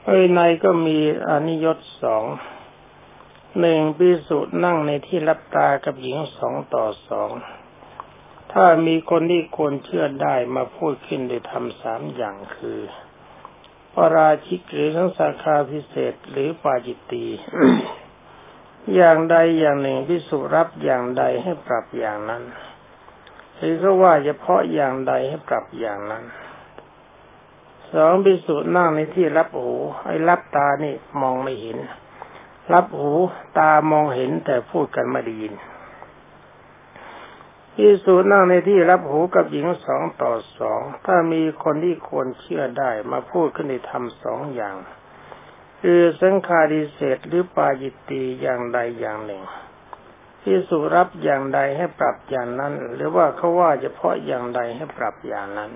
ภายในก็มีอานิยตสองหนึ่งภิกษุนั่งในที่ลับตากับหญิง2:2ถ้ามีคนที่ควรเชื่อได้มาพูดขึ้นโดยธรรม3อย่างคือปาราชิกหรือทั้งสาขาพิเศษหรือปาจิตตี อย่างใดอย่างหนึ่งภิกษุรับอย่างใดให้ปรับอย่างนั้นหรือก็ว่าเฉพาะอย่างใดให้ปรับอย่างนั้นสองภิกษุนั่งในที่รับหูให้รับตานี่มองไม่เห็นรับหูตามองเห็นแต่พูดกันไม่ได้ยินภิกษุนั่งในที่รับหูกับหญิง2:2ถ้ามีคนที่ควรเชื่อได้มาพูดขึ้นในธรรม2อย่างคือสังฆาริเศษหรือปาจิตตีอย่างใดอย่างหนึ่งภิกษุรับอย่างใดให้ปรับอย่างนั้นหรือว่าเขาว่าเฉพาะอย่างใดให้ปรับอย่างนั้น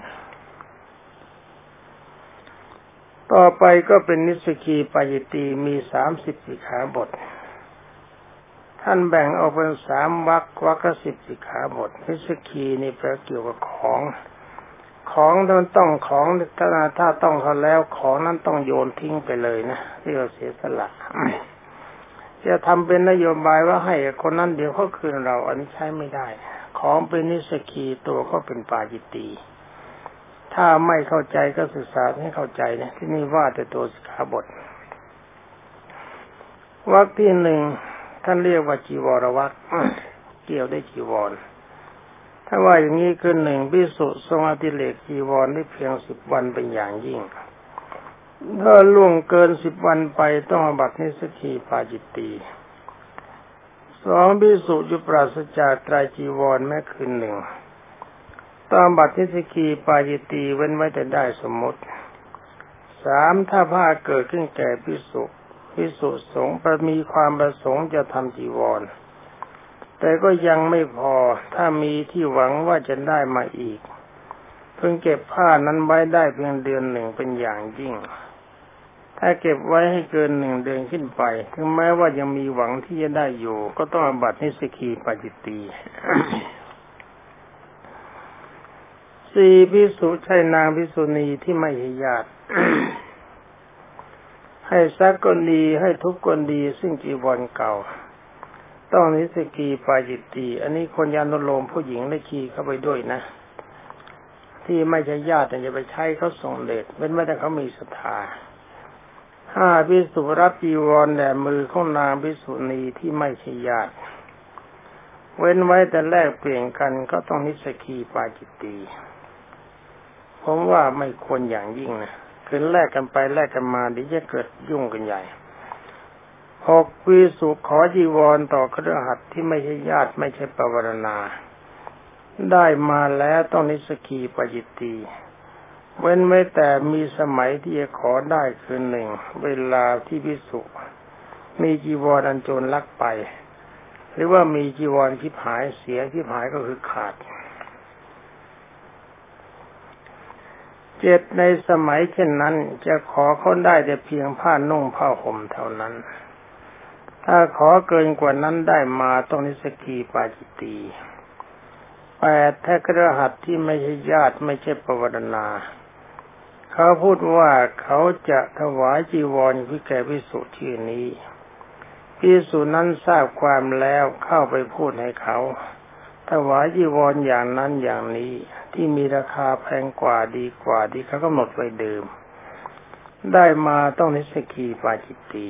ต่อไปก็เป็นนิสสกีปาจิตตีมี30สิกขาบทท่านแบ่งออกเป็น3วรรคละ10สิกขาบทนิสสกีนี่แปลเกี่ยวกับของมันต้องของถ้าต้องเขาแล้วของนั้นต้องโยนทิ้งไปเลยนะที่เราเสียสละ จะทำเป็นนโยบายว่าให้คนนั้นเดี๋ยวเขาคืนเราอันนี้ใช้ไม่ได้ของเป็นนิสสกีตัวก็เป็นปาจิตตีถ้าไม่เข้าใจก็ศึกษาให้เข้าใจนะที่นี่ว่าแต่ตัวสิกขาบทวรรคที่1ท่านเรียกว่าจีวรวรรคเกี่ยวได้จีวรถ้าว่าอย่างนี้คือ1ภิกษุทรงอติเรกจีวรได้เพียง10วันเป็นอย่างยิ่งถ้าล่วงเกิน10วันไปต้องอาบัตินิสสกีปาจิตตี2ภิกษุอยู่ปราศจากไตรจีวรแม้คืนหนึ่งต้องอาบัตินิสสกีปาจิตตีเว้นไว้แต่ได้สมมติ3ถ้าผ้าเกิดขึ้นแก่ภิกษุสงฆ์มีความประสงค์จะทำจีวรแต่ก็ยังไม่พอถ้ามีที่หวังว่าจะได้มาอีกเพิ่งเก็บผ้านั้นไว้ได้เพียงเดือนหนึ่งเป็นอย่างยิ่งถ้าเก็บไว้ให้เกิน1เดือนขึ้นไปถึงแม้ว่ายังมีหวังที่จะได้อยู่ก็ต้องอาบัตินิสสกีปาจิตตี 4ภิกษุใช่นางภิกษุณีที่ไม่ใช่ญาติ ให้ซักก็ดีให้ทุบก็ดีซึ่งจีวรเก่าต้องนิสสกีปาจิตตีอันนี้คนยานุโลมผู้หญิงได้ขี่เข้าไปด้วยนะที่ไม่ใช่ญาติแต่จะไปใช้เขาส่งเดชเว้นไว้แต่เขามีศรัทธา5ภิกษุรับจีวรแด่มือของนางภิกษุณีที่ไม่ใช่ญาติเว้นไว้แต่แลกเปลี่ยนกันก็ต้องนิสสกีปาจิตตีผมว่าไม่ควรอย่างยิ่งนะคือแลกกันไปแลกกันมาเดี๋ยวจะเกิดยุ่งกันใหญ่6ภิกษุขอจีวรต่อคฤหัสถ์ที่ไม่ใช่ญาติไม่ใช่ปวารณาได้มาแล้วต้องนิสสกีปาจิตตีเว้นไว้แต่มีสมัยที่จะขอได้คือ1เวลาที่ภิกษุมีจีวรอันโจรลักไปหรือว่ามีจีวรที่หายเสียที่หายก็คือขาด7ในสมัยเช่นนั้นจะขอเขาได้แต่เพียงผ้านุ่งผ้าห่มเท่านั้นถ้าขอเกินกว่านั้นได้มาต้องนิสสกีปาจิตตี8ถ้าคฤหัสถ์ที่ไม่ใช่ญาติไม่ใช่ปวารณาเขาพูดว่าเขาจะถวายจีวรให้แก่ภิกษุที่นี้ภิกษุนั้นทราบความแล้วเข้าไปพูดให้เขาถวายจีวรอย่างนั้นอย่างนี้ที่มีราคาแพงกว่าดีกว่าที่เขากำหนดไว้เดิมได้มาต้องนิสสกีปาจิตตี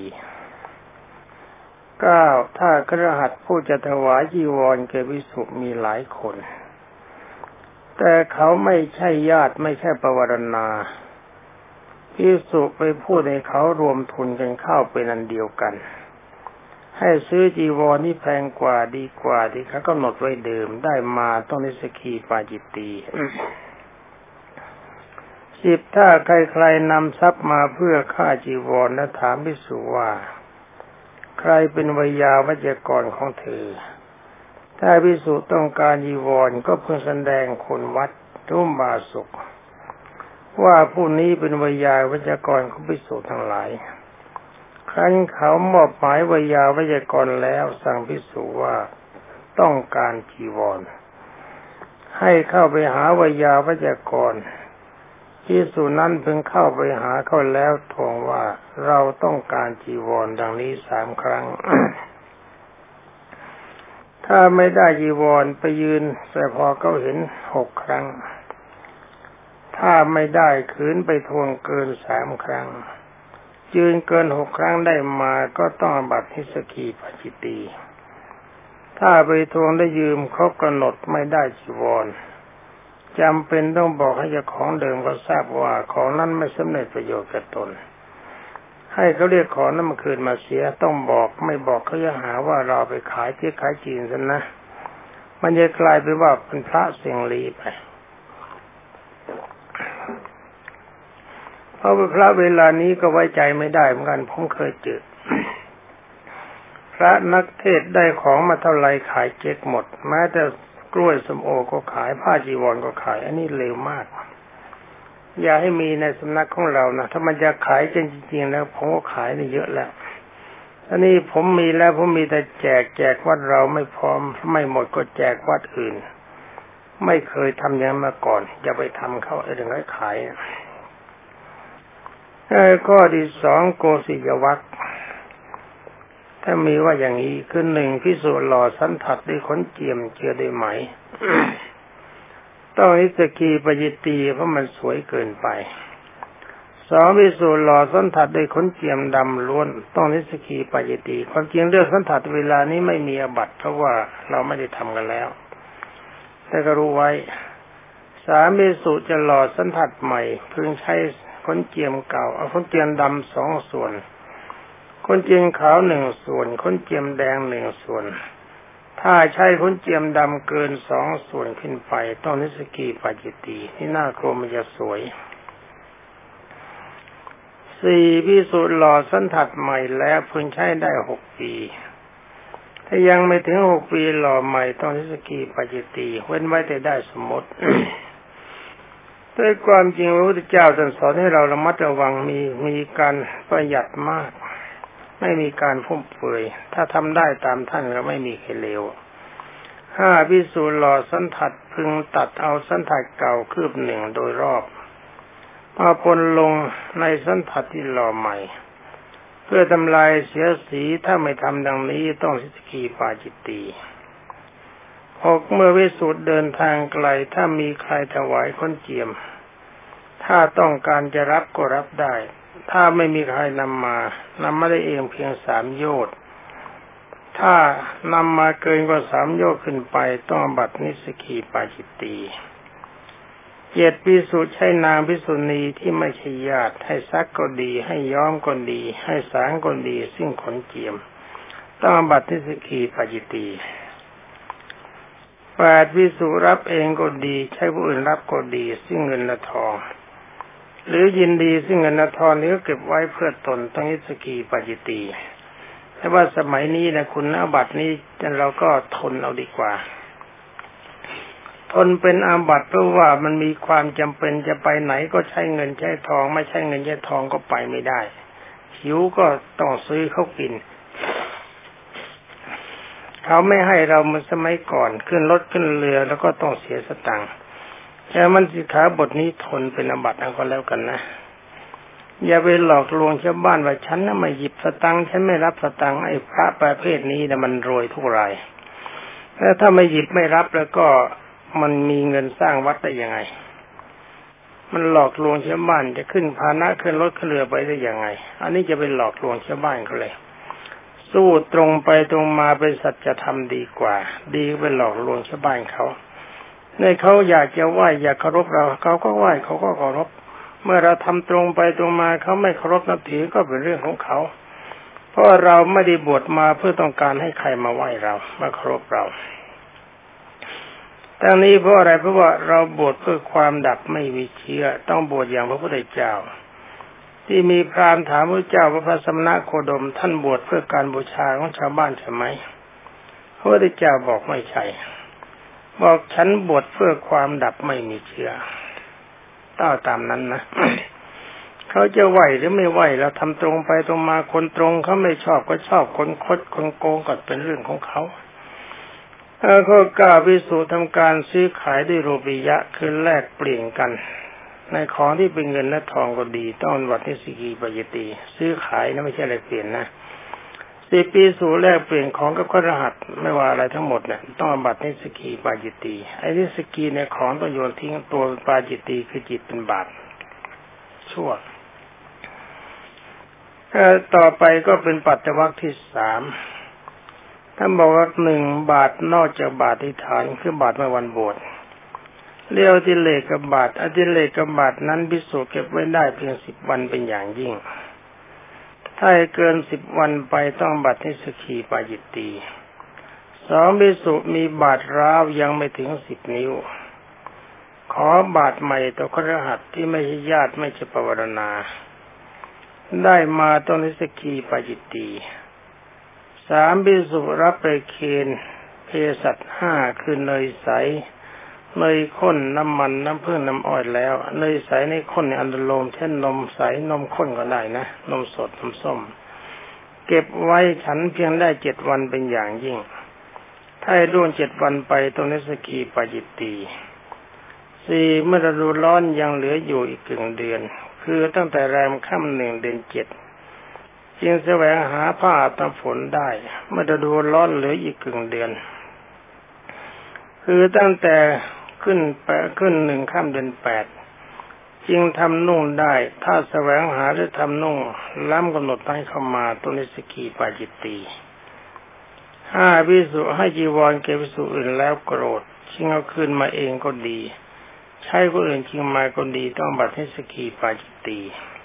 9ถ้าคฤหัสถ์ผู้จะถวายจีวรแก่ภิกษุมีหลายคนแต่เขาไม่ใช่ญาติไม่ใช่ปวารณาภิกษุไปพูดให้เขารวมทุนกันเข้าเป็นอันเดียวกันให้ซื้อจีวรที่แพงกว่าดีกว่าที่เขากำหนดไว้เดิมได้มาต้องนิสสกีปาจิตตี 10ถ้าใครๆนำทรัพย์มาเพื่อค่าจีวรและถามภิกษุว่าใครเป็นวิยาวัจกรของเธอถ้าภิกษุต้องการจีวรก็เพื่อแสดงคนวัดรุ่มบาสุกว่าผู้นี้เป็นวิยาวัจกรของภิกษุทั้งหลายครั้นเขามอบหมายวิยาวัจกรแล้วสั่งภิกษุว่าต้องการจีวรให้เข้าไปหาวิยาวัจกรภิกษุนั้นเพิ่งเข้าไปหาเขาแล้วทวงว่าเราต้องการจีวรดังนี้3 ครั้ง ถ้าไม่ได้จีวรไปยืนแต่พอเขาเห็น6 ครั้งถ้าไม่ได้ขืนไปทวงเกิน3 ครั้งยืนเกิน6 ครั้งได้มาก็ต้องอาบัตินิสกีปาจิตตีถ้าไปทวงได้ยืมครบกำหนดไม่ได้จีวรจำเป็นต้องบอกให้เจ้าของเดิมก็ทราบว่าของนั้นไม่สำเร็จประโยชน์แก่ตนให้เขาเรียกของนั้นมาคืนมาเสียต้องบอกไม่บอกเขาจะหาว่าเราไปขายที่ขายจีนซะนะมันจะกลายเป็นว่าเป็นพระเสียงลีไปเพราะว่าพระเวลานี้ก็ไว้ใจไม่ได้เหมือนกันผมเคยเจอพระนักเทศได้ของมาเท่าไรขายเจ๊กหมดแม้แต่กล้วยส้มโอก็ขายผ้าจีวรก็ขายอันนี้เลวมากอย่าให้มีในสำนักของเรานะถ้ามันจะขายจริงๆแล้วผมก็ขายได้เยอะแล้วอันนี้ผมมีแล้วผมมีแต่แจกวัดเราไม่พร้อมไม่หมดก็แจกวัดอื่นไม่เคยทำอย่างนั้นมาก่อนอย่าไปทำเขาเรื่องขายข้อที่2โกศิยวัคถ้ามีว่าอย่างนี้คือ1ภิกษุหล่อสันทัดด้วยขนเจียมเจือด้วยไหม ต้องนิสกีปาจิตตีเพราะมันสวยเกินไป2ภิกษุหล่อสันทัดด้วยขนเจียมดำล้วนต้องนิสกีปาจิตตีความจริงเรื่องสันทัดเวลานี้ไม่มีอาบัติเพราะว่าเราไม่ได้ทำกันแล้วแต่ก็รู้ไว้3ภิกษุจะหล่อสันทัดใหม่พึงใช้ขนเจียมเก่าเอาขนเจียมดำ2 ส่วนขนเจียมขาว1 ส่วนขนเจียมแดง1 ส่วนถ้าใช้ขนเจียมดำเกิน2 ส่วนขึ้นไปต้องนิสกีปาจิตตีที่หน้าโครมันจะสวย4ภิกษุหล่อสันทัดใหม่แล้วพึงใช้ได้6 ปีถ้ายังไม่ถึง6 ปีหล่อใหม่ต้องนิสกีปาจิตตีเว้นไว้แต่ได้สมมติ ด้วยความจริงพระพุทธเจ้าท่านสอนให้เราระมัดระวังมีการประหยัดมากไม่มีการฟุ่มเฟือยถ้าทำได้ตามท่านก็ไม่มีใครเลว5ภิกษุหล่อสันทัดพึงตัดเอาสันทัดเก่าคืบ1โดยรอบมาปนลงในสันทัดที่หล่อใหม่เพื่อทำลายเสียสีถ้าไม่ทำดังนี้ต้องนิสกีปาจิตตี6เมื่อภิกษุเดินทางไกลถ้ามีใครถวายขนเจียมถ้าต้องการจะรับก็รับได้ถ้าไม่มีใครนำมาได้เองเพียง3 โยชน์ถ้านำมาเกินกว่า3 โยชน์ขึ้นไปต้องอาบัตินิสกีปาจิตตี7ภิกษุใช้นางภิกษุณีที่ไม่ใช่ญาติให้ซักก็ดีให้ย้อมก็ดีให้สางก็ดีซึ่งขนเจียมต้องอาบัตินิสกีปาจิตตี8ภิกษุรับเองก็ดีใช้ผู้อื่นรับก็ดีซึ่งเงินและทองหรือยินดีซึ่งเงินและทองนี้ก็เก็บไว้เพื่อตนต้องนิสกีปาจิตตีแต่ว่าสมัยนี้นะคุณอาบัตินี้เราก็ทนเอาดีกว่าทนเป็นอาบัติเพราะว่ามันมีความจำเป็นจะไปไหนก็ใช้เงินใช้ทองไม่ใช้เงินใช้ทองก็ไปไม่ได้หิวก็ต้องซื้อเขากินเขาไม่ให้เราเหมือนสมัยก่อนขึ้นรถขึ้นเรือแล้วก็ต้องเสียสตังค์แต่มันสิกขาบทนี้ทนเป็นอาบัติเอาก็แล้วกันนะอย่าไปหลอกลวงชาวบ้านว่าฉันน่ะไม่หยิบสตังค์ฉันไม่รับสตังค์ไอ้พระประเภทนี้นะมันรวยทุกรายแล้วถ้าไม่หยิบไม่รับแล้วก็มันมีเงินสร้างวัดได้ยังไงมันหลอกลวงชาวบ้านจะขึ้นพาหนะขึ้นรถขึ้นเรือไปได้ยังไงอันนี้จะไปหลอกลวงชาวบ้านเขาเลยสู้ตรงไปตรงมาเป็นสัจธรรมดีกว่าดีไปหลอกลวงชาวบ้านเขาในเขาอยากจะไหว้อยากเคารพเราเขาก็ไหว้เขาก็เคารพเมื่อเราทำตรงไปตรงมาเขาไม่เคารพนับถือก็เป็นเรื่องของเขาเพราะเราไม่ได้บวชมาเพื่อต้องการให้ใครมาไหว้เรามาเคารพเราทั้งนี้เพราะอะไรเพราะว่าเราบวชเพื่อความดับไม่มีเชื้อต้องบวชอย่างพระพุทธเจ้าที่มีพราหมณ์ถามพระเจ้าว่าพระสมณโคดมท่านบวชเพื่อการบูชาของชาวบ้านใช่ไหมพระพุทธเจ้าบอกไม่ใช่บอกฉันบวชเพื่อความดับไม่มีเชื้อต้องตามนั้นนะ เขาจะไหวหรือไม่ไหวเราทำตรงไปตรงมาคนตรงเขาไม่ชอบก็ชอบคนคดคนโกงก็เป็นเรื่องของเขาข้อ9ภิกษุทำการซื้อขายด้วยโลภิยะคือแลกเปลี่ยนกันในของที่เป็นเงินและทองก็ดีต้องบัตรนิสกีปาจิตตีซื้อขายนะไม่ใช่แลกเปลี่ยนนะ10 ปีสู่แลกเปลี่ยนของกับคฤหัสถ์ไม่ว่าอะไรทั้งหมดเนี่ยต้องบัตรนิสกีปาจิตตีไอ้นิสกีในของต้องโยนทิ้งตัวปาจิตตีคือจิตเป็นบาปชั่วต่อไปก็เป็นปัจจวัคที่3ท่านบอกว่า1 บาทนอกจากบาทที่ฐานคือบาทเมื่อวันบวชเรียกอติเลกกับบาทอติเลกกับบาทนั้นภิกษุเก็บไว้ได้เพียง10 วันเป็นอย่างยิ่งถ้าเกิน10 วันไปต้องบัตรนิสกีปาจิตตี2 ภิกษุมีบาทร้าวยังไม่ถึง10 นิ้วขอบาทใหม่ต่อคฤหัสถ์ที่ไม่ใช่ญาติไม่ใช่ปวารณาได้มาต้องนิสกีปาจิตตี3 ภิกษุรับไปเคนเภสัช5คือเนยใสเนยข้นน้ำมันน้ำผึ้งน้ำอ้อยแล้วเนยใสในข้นในอนุโลมเช่นนมใสนมข้นก็ได้นะนมสดนมส้มเก็บไว้ฉันเพียงได้7 วันเป็นอย่างยิ่งถ้าล่วง7 วันไปต้องนิสกีปาจิตตี4 เมื่อฤดูร้อนยังเหลืออยู่อีกครึ่งเดือนคือตั้งแต่แรมค่ำ1 เดือน 7จึงแสวงหาผ้าอาบน้ำฝนได้เมื่อฤดูร้อนเหลืออีกครึ่งเดือนคือตั้งแต่ขึ้น1 ค่ำเดือน 8จึงทำนุ่งได้ถ้าแสวงหาหรือทำนุ่งล้ำกำหนดให้เข้ามาตุนิสกีปาจิตตี5 ภิกษุให้จีวรแก่ภิกษุอื่นแล้วโกรธชิงเอาคืนมาเองก็ดีใช้คนอื่นชิงมาก็ดีต้องบัตรนิสกีปาจิตตี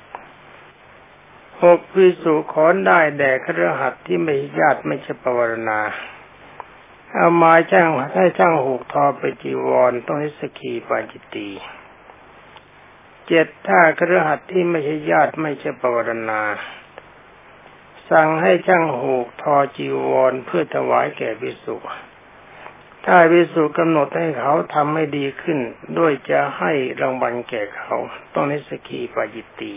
6 ภิกษุขอได้แด่คฤหัสถ์ที่ไม่ญาติไม่ใช่ปวารณาเอาไม้ช่างให้ช่างหูกทอไปจีวรต้องนิสกีปาจิตตี7 ถ้าคฤหัสถ์ที่ไม่ใช่ญาติไม่ใช่ปวารณาสั่งให้ช่างหูกทอจีวรเพื่อถวายแก่ภิกษุถ้าภิกษุกำหนดให้เขาทำให้ดีขึ้นด้วยจะให้รางวัลแก่เขาต้องนิสกีปาจิตตี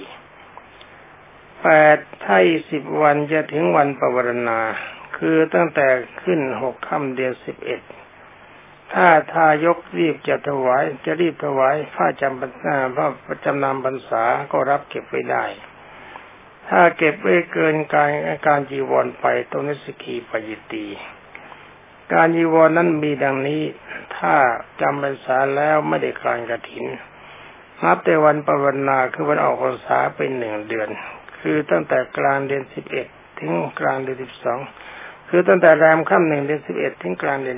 8 ถ้าอีก10 วันจะถึงวันปวารณาคือตั้งแต่ขึ้น6 ค่ำเดือน 11ถ้าทายกรีบจะรีบถวายผ้าจำนำพรรษาก็รับเก็บไว้ได้ถ้าเก็บไว้เกินการจีวรไปต้องนิสกีปาจิตตีการจีวรนั้นมีดังนี้ถ้าจำพรรษาแล้วไม่ได้กลางกฐินนับแต่วันปวารณาคือวันออกพรรษาเป็น1 เดือนคือตั้งแต่กลางเดือน 11ถึงกลางเดือน 12คือตั้งแต่แรมค่ำ1 เดือน 11ถึงกลางเดือน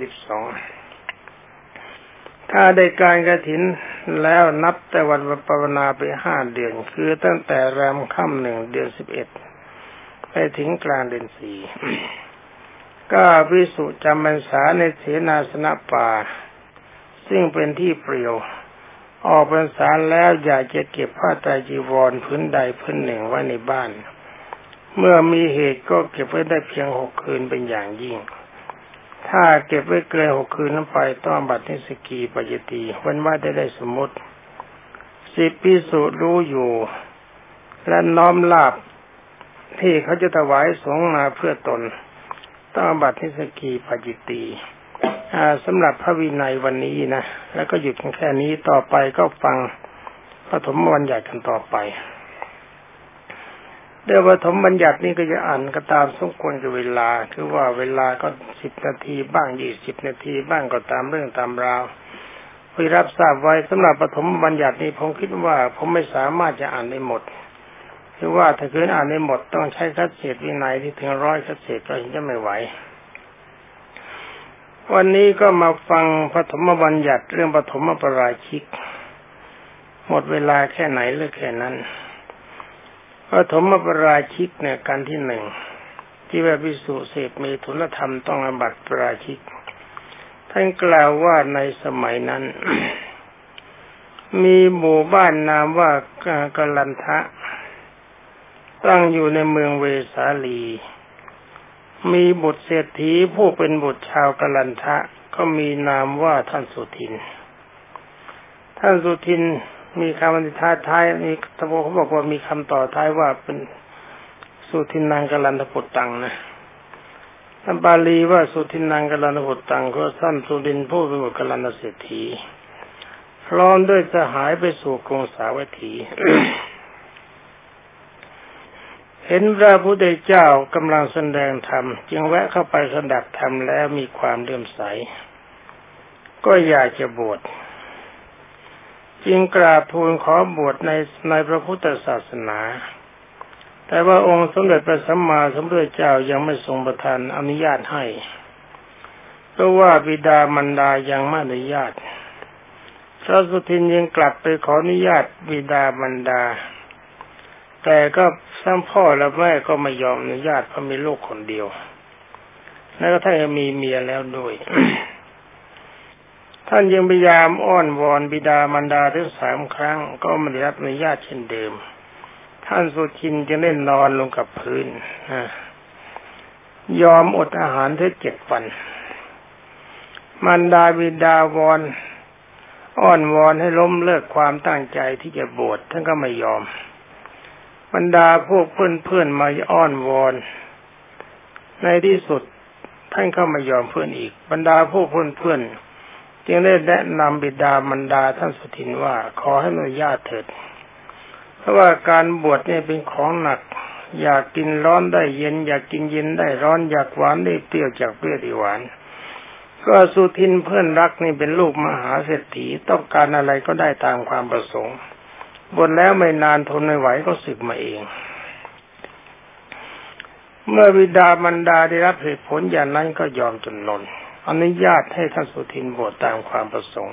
12ถ้าได้การกฐินแล้วนับแต่วันปวารณาไป5 เดือนคือตั้งแต่แรมค่ำ1 เดือน 11ไปถึงกลางเดือน 4ก็ภิกษุจำพรรษาในเสนาสนะป่าซึ่งเป็นที่เปลี่ยวออกพรรษาแล้วอยากจะเก็บผ้าไตรจีวรผืนใดผืนหนึ่งไว้ในบ้านเมื่อมีเหตุก็เก็บไว้ได้เพียง6 คืนเป็นอย่างยิ่งถ้าเก็บไว้เกิน6 คืนนั้นไปต้องบัตรนิสกีปาจิตตีเว้นไว้ได้สมมติ10 ภิกษุรู้อยู่และน้อมลาภที่เขาจะถวายสงฆ์มาเพื่อตนต้องบัตรนิสกีปาจิตตีสำหรับพระวินัยวันนี้นะแล้วก็หยุดแค่นี้ต่อไปก็ฟังปฐมบัญญัติกันต่อไปเดี๋ยวปฐมบัญญัตินี้ก็จะอ่านก็ตามสมควรกับเวลาคือว่าเวลาก็10 นาทีบ้าง20 นาทีบ้างก็ตามเรื่องตามราวให้รับทราบไว้สำหรับปฐมบัญญัตินี้ผมคิดว่าผมไม่สามารถจะอ่านได้หมดคือว่าถ้าคืนอ่านได้หมดต้องใช้คัดเศษวินัยที่ถึง100 คัดเศษก็จะไม่ไหววันนี้ก็มาฟังปฐมบัญญัติเรื่องปฐมปราชิกหมดเวลาแค่ไหนหรือแค่นั้นปฐมปราชิกเนี่ยการที่1ที่ว่าภิกษุเสพเมถุนธรรมต้องอาบัติปราชิกท่านกล่าวว่าในสมัยนั้น มีหมู่บ้านนามว่ากลันทะตั้งอยู่ในเมืองเวสาลีมีบุตรเศรษฐีผู้เป็นบุตรชาวกลันทะก็มีนามว่าท่านสุทินท่านสุทินมีคำอธิษฐานท้ายมีตะโพเขาบอกว่ามีคำต่อท้ายว่าเป็นสุทินังกลันทปุตตังนะท่านบาลีว่าสุทินังกลันทปุตตังก็ท่านสุทินผู้เป็นบุตรกลันทเศรษฐีพร้อมด้วยสหายไปสู่กรุงสาวัตถี เห็นพระพุทธเจ้ากำลังแสดงธรรมจึงแวะเข้าไปสดับธรรมแล้วมีความเลื่อมใสก็อยากจะบวชจึงกราบทูลขอบวชในพระพุทธศาสนาแต่ว่าองค์สมเด็จพระสัมมาสัมพุทธเจ้ายังไม่ทรงประทานอนุญาตให้เพราะว่าบิดามารดายังไม่อนุญาตพระสุทินยังกลับไปขออนุญาตบิดามารดาแต่ก็ทั้งพ่อและแม่ก็ไม่ยอมอนุญาตเพราะมีลูกคนเดียวแล้วก็ท่านมีเมียแล้วด้วย ท่านยังพยายามอ้อนวอนบิดามารดาถึง3 ครั้งก็ไม่ได้รับอนุญาตเช่นเดิมท่านสุทินจึงได้นอนลงกับพื้นยอมอดอาหารถึง7 วันมารดาบิดาวอนอ้อนวอนให้ล้มเลิกความตั้งใจที่จะบวชท่านก็ไม่ยอมบรรดาพวกเพื่อนๆมาอ้อนวอนในที่สุดท่านก็ไม่ยอมเพื่อนอีกบรรดาพวกเพื่อนๆจึงได้แนะนำบิดามารดาท่านสุทินว่าขอให้อนุญาตเถิดเพราะว่าการบวชนี่เป็นของหนักอยากกินร้อนได้เย็นอยากกินเย็นได้ร้อนอยากหวานได้เปรี้ยวจากเปรี้ยวได้หวานก็สุทินเพื่อนรักนี่เป็นลูกมหาเศรษฐีต้องการอะไรก็ได้ตามความประสงค์บวชแล้วไม่นานทนไม่ไหวก็สึกมาเองเมื่อบิดามารดาได้รับเหตุผลอย่างนั้นก็ยอมจำนนอนุญาตให้ท่านสุทินบวชตามความประสงค์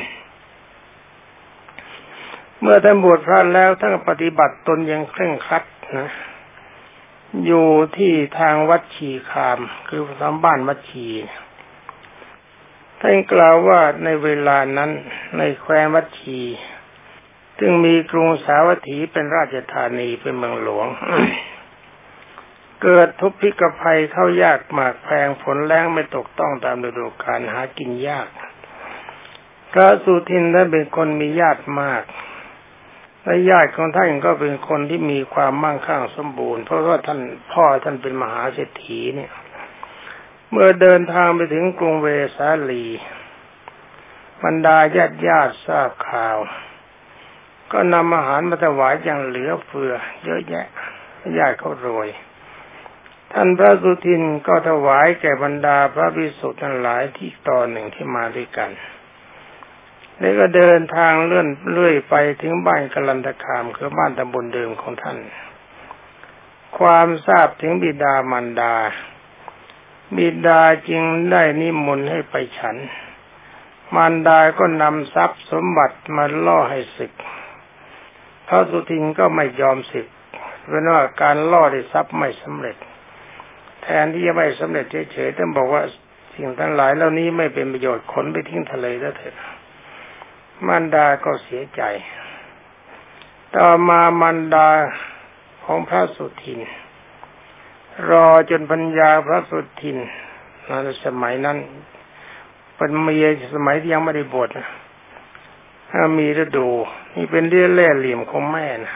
เมื่อท่านบวชพระแล้วท่านปฏิบัติตนอย่างเคร่งครัดนะอยู่ที่ทางวัดชีคามคือทางบ้านวัดชีท่านกล่าวว่าในเวลานั้นในแคว้นวัดชีซึ่งมีกรุงสาวัตถีเป็นราชธานีเป็นเมืองหลวง เกิดทุพพิกภัยเข้ายากหมากแพงฝนแล้งไม่ตกต้องตามฤดูกาลหากินยากพระสุทินนั้นเป็นคนมีญาติมากและญาติของท่านก็เป็นคนที่มีความมั่งคั่งสมบูรณ์เพราะว่าท่านพ่อท่านเป็นมหาเศรษฐีเนี่ยเมื่อเดินทางไปถึงกรุงเวสาลีบรรดาญาติทราบข่าวก็นำอาหารมาถวายอย่างเหลือเฟือเยอะแยะญาติเขารวยท่านพระสุทินก็ถวายแก่บรรดาพระภิกษุทั้งหลายที่ตอนหนึ่งที่มาด้วยกันแล้วก็เดินทางเลื่อยไปถึงบ้านกลันทคามคือบ้านตำบลเดิมของท่านความทราบถึงบิดามารดาบิดาจึงได้นิมนต์ให้ไปฉันมารดาก็นำทรัพย์สมบัติมาล่อให้ศึกพระสุทินก็ไม่ยอมศึกเพราะว่าการล่อได้ทรัพย์ไม่สำเร็จแทนที่จะไม่สำเร็จเฉยๆท่านบอกว่าสิ่งทั้งหลายเหล่านี้ไม่เป็นประโยชน์ขนไปทิ้งทะเลแล้วเถิดมารดาก็เสียใจต่อมามารดาของพระสุทินรอจนปัญญาพระสุทินในสมัยนั้นเป็นเมียสมัยที่ยังไม่ได้บวชนะมีฤดูนี่เป็นเรื่องเล่ห์เหลี่ยมของแม่นะ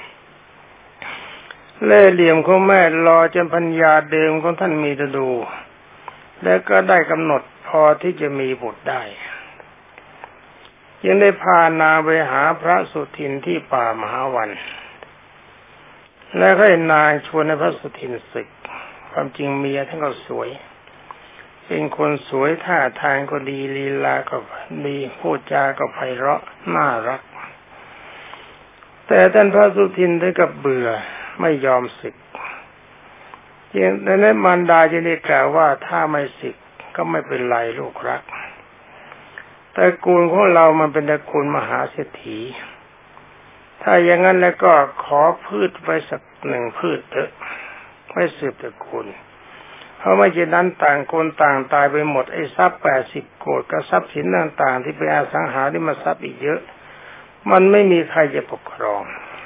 เล่ห์เหลี่ยมของแม่รอจนปัญญาเดิมของท่านมีฤดูแล้วก็ได้กำหนดพอที่จะมีบุตรได้ยังได้พานางไปหาพระสุทินที่ป่ามหาวันแล้วให้นางชวนให้พระสุทินศึกความจริงเมียท่านก็สวยเป็นคนสวยท่าทางก็ดีลีลาก็ดีพูดจาก็ไพเราะน่ารักแต่ท่านพระสุทินได้กับเบื่อไม่ยอมศึกดังนั้นมารดาจึงได้กล่าวว่าถ้าไม่ศึกก็ไม่เป็นไรลูกรักตระกูลของเรามันเป็นตระกูลมหาเศรษฐีถ้าอย่างนั้นแล้วก็ขอพืชไว้สัก1 พืชเถอะไม่สืบตระกูลเพราะไม่เช่นนั้นต่างคนต่างตายไปหมดไอ้ทรัพย์80 โกฏกับทรัพย์สินต่างๆที่เป็นอสังหาริมทรัพย์อีกเยอะมันไม่มีใครจะปกครอง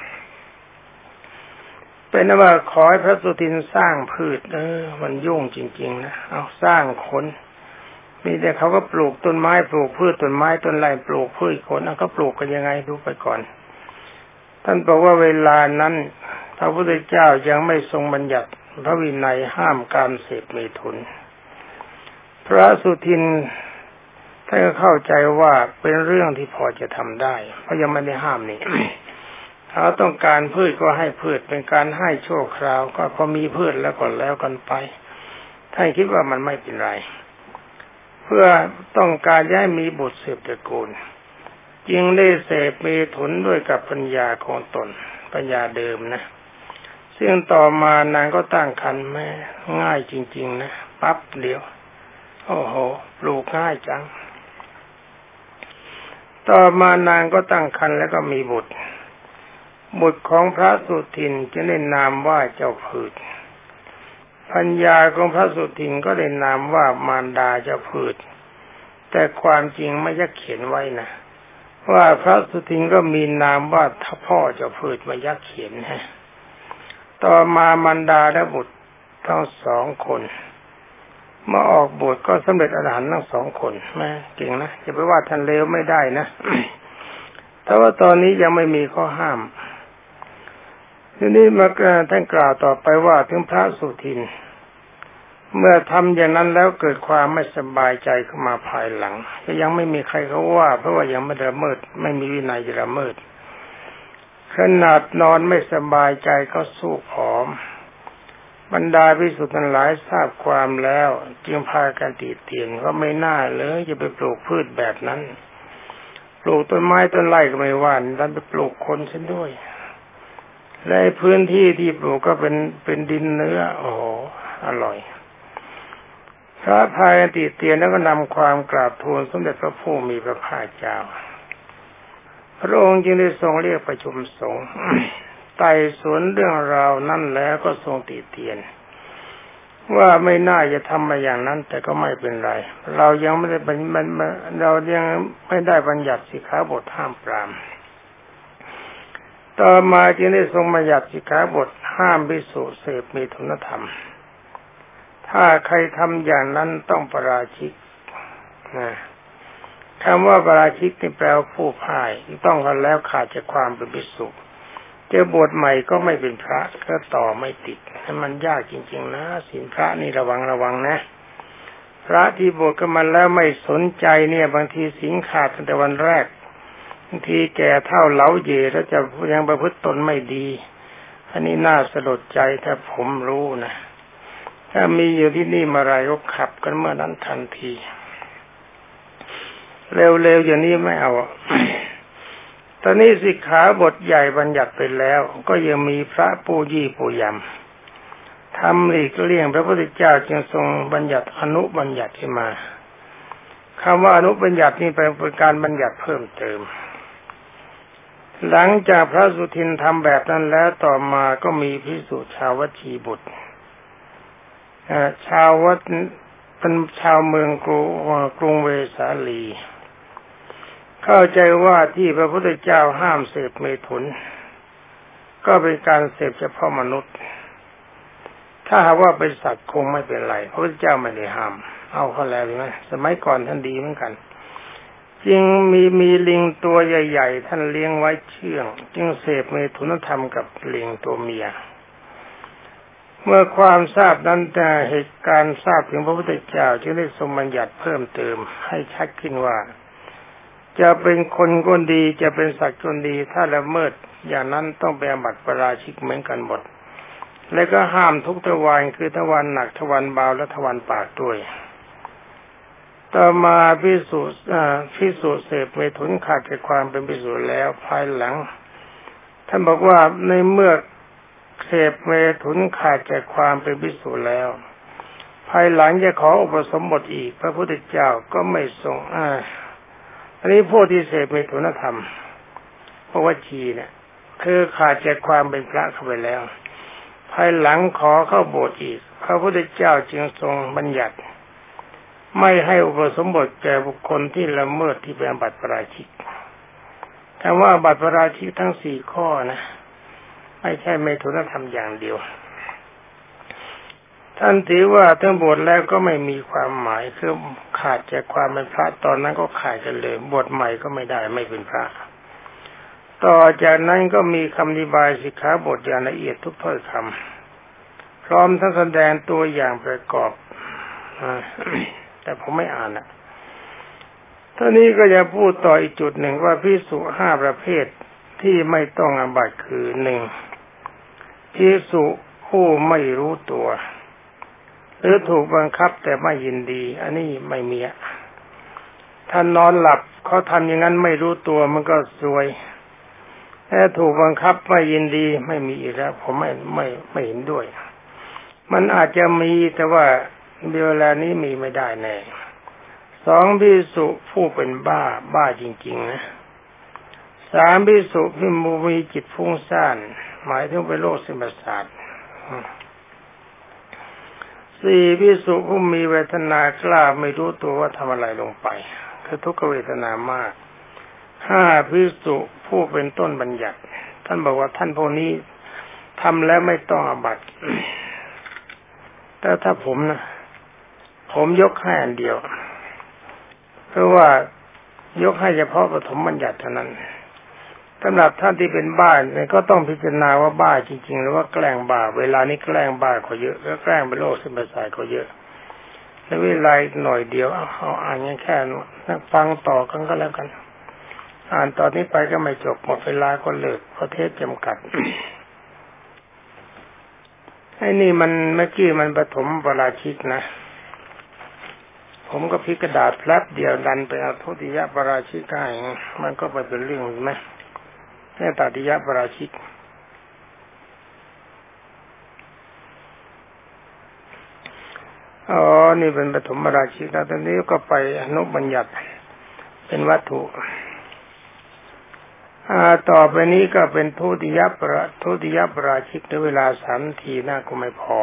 เป็นว่าขอให้พระสุทินสร้างพืชมันยุ่งจริงๆนะเอาสร้างคนมีแต่เขาก็ปลูกต้นไม้ปลูกพืชต้นไม้ต้นไร่ปลูกพืชคนเขาปลูกกันยังไงดูไปก่อนท่านบอกว่าเวลานั้นพระพุทธเจ้ายังไม่ทรงบัญญัติพระวินัยห้ามการเสพเมถุนพระสุทินท่านก็เข้าใจว่าเป็นเรื่องที่พอจะทำได้เพราะยังไม่ได้ห้ามนี่ เขาต้องการพืชก็ให้พืชเป็นการให้ชั่วคราวก็พอมีพืชแล้วก็แล้วกันไปท่านคิดว่ามันไม่เป็นไรเพื่อต้องการให้มีบุตรสืบตระกูลจึงได้เสพเมถุนด้วยกับปัญญาของตนปัญญาเดิมนะซึ่งต่อมานางก็ตั้งครรภ์แม่ง่ายจริงๆนะปั๊บเดียวโอ้โหปลูกง่ายจังต่อมานางก็ตั้งครรภ์แล้วก็มีบุตรของพระสุทินจะได้นามว่าเจ้าพืชปัญญาของพระสุทินก็ได้นามว่ามารดาเจ้าพืชแต่ความจริงไม่ยักเขียนไว้นะว่าพระสุทินก็มีนามว่าพ่อเจ้าพืชมายักเขียนฮะต่อมามารดาและบุตรทั้งสองคนมาออกบวชก็สำเร็จอรหันต์ทั้งสองคนแม่เก่งนะจะไปว่าท่านเลวไม่ได้นะ แต่ว่าตอนนี้ยังไม่มีข้อห้ามทีนี้มาท่านกล่าวต่อไปว่าถึงพระสุทินเมื่อทำอย่างนั้นแล้วเกิดความไม่สบายใจขึ้นมาภายหลังก็ยังไม่มีใครเขาว่าเพราะว่ายังไม่ละเมิดไม่มีวินัยจะละเมิดขนาดนอนไม่สบายใจก็สู้ผอมบรรดาภิกษุทั้งหลายทราบความแล้วจึงพากันติเตียนว่าไม่น่าเลยจะไปปลูกพืชแบบนั้นปลูกต้นไม้ต้นไร่ก็ไม่ว่าดันไปปลูกคนเช่นด้วยและพื้นที่ที่ปลูกก็เป็นดินเนื้อโอ้โหอร่อยพระพายติเตียนแล้วก็นำความกราบทูลสมเด็จพระผู้มีพระภาคเจ้าพระองค์จึงได้ทรงเรียกประชุมสงฆ์ ไต่สวนเรื่องราวนั่นแล้วก็ทรงติเตียนว่าไม่น่าจะทำมาอย่างนั้นแต่ก็ไม่เป็นไรเรายังไม่ได้เรายังไม่ได้บัญญัติสิกขาบทห้ามปรามต่อมาจึงได้ทรงบัญญัติสิกขาบทห้ามภิกษุเสพเมถุนธรรมถ้าใครทำอย่างนั้นต้องปราชิกนะคำว่าปราชิกนี่แปลว่าผู้พ่ายต้องกันแล้วขาดจากความเป็นภิกษุจะบวชใหม่ก็ไม่เป็นพระก็ต่อไม่ติดมันยากจริงๆนะศีลพระนี่ระวังนะพระที่บวชกันมาแล้วไม่สนใจเนี่ยบางทีศีลขาดตั้งแต่วันแรกบางทีแก่เท่าเหลาเย่แล้วจะยังประพฤติตนไม่ดีอันนี้น่าสลดใจถ้าผมรู้นะถ้ามีอยู่ที่นี่มาไรก็ขับกันเมื่อนั้นทันทีเร็วๆอย่างนี้ไม่เอา ตอนนี้สิกขาบทใหญ่บัญญัติไปแล้วก็ยังมีพระปูยี่ปูยำทำหลีกเลี่ยงพระพุทธเจ้าจึงทรงบัญญัติอนุบัญญัติขึ้นมาคำว่าอนุบัญญัตินี่เป็นการบัญญัติเพิ่มเติมหลังจากพระสุทินทำแบบนั้นแล้วต่อมาก็มีภิกษุชาววัชีบุตรชาววัดเป็นชาวเมืองกรุงเวสาลีเข้าใจว่าที่พระพุทธเจ้าห้ามเสพเมถุนก็เป็นการเสพเฉพาะมนุษย์ถ้าหากว่าเป็นสัตว์คงไม่เป็นไรพระพุทธเจ้าไม่ได้ห้ามเอาเขาแล้วใช่ไหมสมัยก่อนท่านดีเหมือนกันจึงมีลิงตัวใหญ่ๆท่านเลี้ยงไว้เชื่องจึงเสพเมถุนธรรมกับลิงตัวเมียเมื่อความทราบนั้นแต่เหตุการณ์ทราบถึงพระพุทธเจ้าจึงได้ทรงบัญญัติเพิ่มเติมให้ชัดขึ้นว่าจะเป็นคนก็ดีจะเป็นสัตว์ก็ดีถ้าละเมิดอย่างนั้นต้องไปอาบัติปาราชิกเหมือนกันหมดและก็ห้ามทุกทวารคือทวารหนักทวารเบาและทวารปากด้วยต่อมาภิกษุเสพเมถุนขาดจากความเป็นภิกษุแล้วภายหลังท่านบอกว่าในเมื่อเสพเมถุนขาดจากความเป็นภิกษุแล้วภายหลังจะขออุปสมบทอีกพระพุทธเจ้าก็ไม่ทรงอันนี้ผู้ที่เสพเมถุนธรรมพระวชีเนี่ยคือขาดจากความเป็นพระเข้าไปแล้วภายหลังขอเข้าโบสถ์อีกพระพุทธเจ้าจึงทรงบัญญัติไม่ให้อุปสมบทแก่บุคคลที่ละเมิดที่เป็นอาบัติปาราชิกคำว่าอาบัติปาราชิกทั้ง4ข้อนะไม่ใช่เมถุนธรรมอย่างเดียวท่านถือว่าทั้งบวชแล้วก็ไม่มีความหมายคือขาดจากความเป็นพระตอนนั้นก็ขาดกันเลยบวชใหม่ก็ไม่ได้ไม่เป็นพระต่อจากนั้นก็มีคำอธิบายสิกขาบทอย่างละเอียดทุกถ้อยคำพร้อมทั้งแสดงตัวอย่างประกอบแต่ผมไม่อ่านท่านี้ก็จะพูดต่ออีกจุดหนึ่งว่าภิกษุ5ประเภทที่ไม่ต้องอาบัติคือ 1. ภิกษุผู้ไม่รู้ตัวหรือถูกบังคับแต่ไม่ยินดีอันนี้ไม่มีท่านนอนหลับเขาทำอย่างนั้นไม่รู้ตัวมันก็ซวยถ้าถูกบังคับไม่ยินดีไม่มีอีกแล้วผมไม่เห็นด้วยมันอาจจะมีแต่ว่าเวลานี้มีไม่ได้แน่ 2. ภิกษุผู้เป็นบ้าจริงๆนะ 3. ภิกษุที่มีจิตฟุ้งซ่านหมายถึงเป็นโรคซึมประสาท 4. ภิกษุผู้มีเวทนากล้าไม่รู้ตัวว่าทำอะไรลงไปคือทุกขเวทนามาก 5. ภิกษุผู้เป็นต้นบัญญัติท่านบอกว่าท่านพวกนี้ทำแล้วไม่ต้องอาบัติ แต่ถ้าผมยกให้อันเดียวเพราะว่ายกให้เฉพาะปฐมบัญญัติเท่านั้นสำหรับท่านที่เป็นบ้าเนี่ยก็ต้องพิจารณาว่าบ้าจริงๆหรือว่าแกล้งบ้าเวลานี้แกล้งบ้าก็เยอะแล้วแกล้งเป็นโรคซึมประสาทก็เยอะแล้วเวลาหน่อยเดียวเอาอ่านแค่ฟังต่อกันก็แล้วกันอ่านตอนนี้ไปก็ไม่จบหมดเวลาก็เลิกเพราะเทศจำกัด ไอ้นี่มันเมื่อกี้มันปฐมปราชิกนะผมก็พลิกกระดาษแป๊บเดียวดันไปเอาทุติยปราชิกได้มันก็ไปเป็นเรื่องไหมนี่ตติยปราชิกนี่เป็นปฐมปราชิกแล้วตอนนี้ก็ไปอนุบัญญัติเป็นวัตถุต่อไปนี้ก็เป็นทุติยปราชิกในเวลา3 นาทีน่าก็ไม่พอ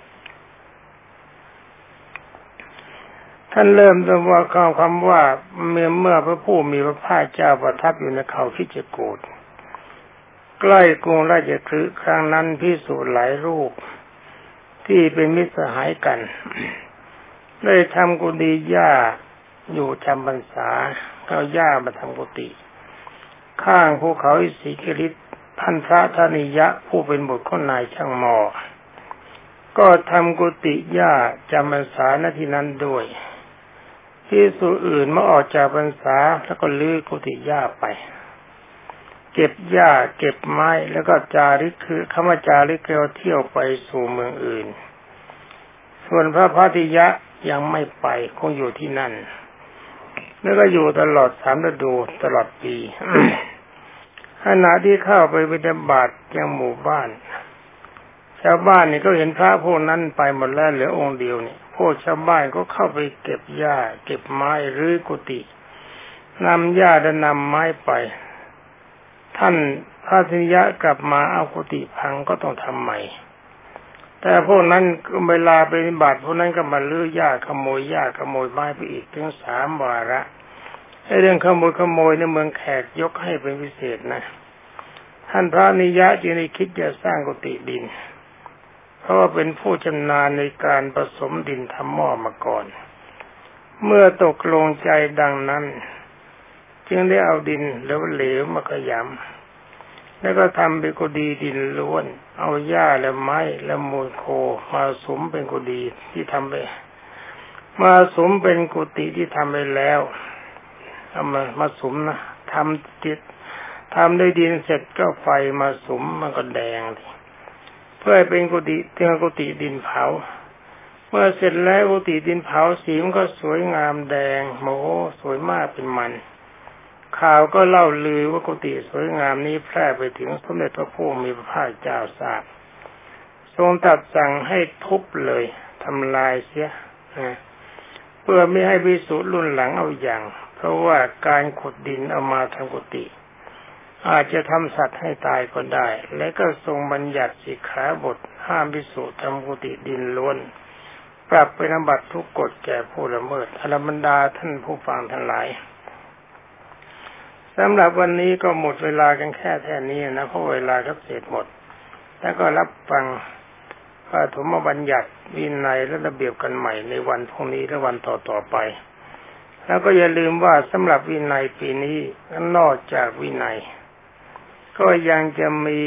ท่านเริ่มต้นว่าคำว่าเมื่อพระผู้มีพระภาคเจ้าประทับอยู่ในเขาคิจกูฏใกล้กรุงราชคฤห์ครั้งนั้นภิกษุหลายรูปที่เป็นมิตรสหายกันได้ทำกุฏิหญ้าอยู่จำพรรษาเอาหญ้ามาทำกุฏิข้างภูเขาอิสิกิริท่านพระธนิยะผู้เป็นบุตรของนายช่างหมอก็ทำกุฏิหญ้าจำพรรษาณที่นั้นด้วยภิกษุอื่นเมื่อออกจากพรรษาแล้วก็ลื้อกุฏิหญ้าไปเก็บหญ้าเก็บไม้แล้วก็จาริกคือคำว่าจาริกเที่ยวไปสู่เมืองอื่นส่วนพระพัทธิยะยังไม่ไปคงอยู่ที่นั่นแล้วก็อยู่ตลอด3 ฤดูตลอดปี ขณะที่เข้าไปบิณฑบาตยังหมู่บ้านชาวบ้านนี่ก็เห็นพระพวกนั้นไปหมดแล้วเหลือองค์เดียวนี่พวกชาวบ้านก็เข้าไปเก็บหญ้าเก็บไม้รื้อกุฏินำหญ้าและนำไม้ไปท่านพระธิยะกลับมาเอากุฏิพังก็ต้องทำใหม่แต่พวกนั้นเวลาไปบิณฑบาตพวกนั้นก็มาลื้อหญ้าขโมยหญ้าขโมยไม้ไปอีกถึง3 วาระเรื่องขโมยในเมืองแขกยกให้เป็นพิเศษนะท่านพระนิยะจึงได้คิดจะสร้างกุฏิดินเพราะว่าเป็นผู้ชำนาญในการผสมดินทำหม้อมาก่อนเมื่อตกลงใจดังนั้นจึงได้เอาดินเหลวมาขยำแล้วก็ทำเป็นกุฏิดินล้วนเอาหญ้าและไม้และมูลโคมาสุมเป็นกุฏิที่ทำไปมาสุมเป็นกุฏิที่ทำไปแล้วเอามาสุมนะทำด้วยดินเสร็จก็ไฟมาสุมมันก็แดงเพื่อเป็นกุฏิดินเผาเมื่อเสร็จแล้วกุฏิดินเผาสีมันก็สวยงามแดงโมสวยมากเป็นมันข่าวก็เล่าลือว่ากุฏิสวยงามนี้แพร่ไปถึงสมเด็จพระผู้มีพระภาคเจ้าทราบทรงตรัสสั่งให้ทุบเลยทำลายเสียเพื่อไม่ให้ภิกษุรุ่นหลังเอาอย่างเพราะว่าการขุดดินเอามาทำกุฏิอาจจะทำสัตว์ให้ตายก็ได้และก็ทรงบัญญัติสิกขาบทห้ามภิกษุทำกุฏิดินล้วนปรับเป็นอาบัติทุกกฎแก่ผู้ละเมิดอรบรรดาท่านผู้ฟังทั้งหลายสำหรับวันนี้ก็หมดเวลากันแค่นี้นะเพราะเวลาก็เสร็จหมดแล้วก็รับฟังปฐมบัญญัติวินัยและระเบียบกันใหม่ในวันพรุ่งนี้และวันต่อๆไปแล้วก็อย่าลืมว่าสำหรับวินัยปีนี้นอกจากวินัยก็ยังจะมี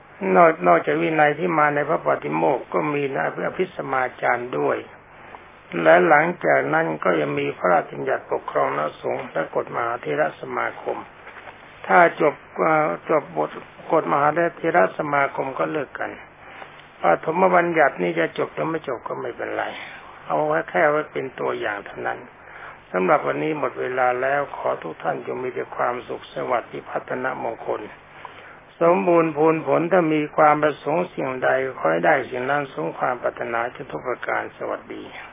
นอกจากวินัยที่มาในพระปฏิโมกข์ก็มีนะอภิสมาจารย์ด้วยและหลังจากนั้นก็ยังมีพระราชบัญญัติปกครองคณะสงฆ์และกฎมหาเถรสมาคมถ้าจบบทกฎมหาเถรสมาคมก็เลิกกันปฐมบัญญัตินี่จะจบหรือไม่จบก็ไม่เป็นไรเอาไว้แค่ไว้เป็นตัวอย่างเท่านั้นสำหรับวันนี้หมดเวลาแล้วขอทุกท่านจงมีแต่ความสุขสวัสดิ์พิพัฒนมงคลสมบูรณ์พูนผลถ้ามีความประสงค์สิ่งใดขอให้ได้สิ่งนั้นสมความปรารถนาทุกประการสวัสดี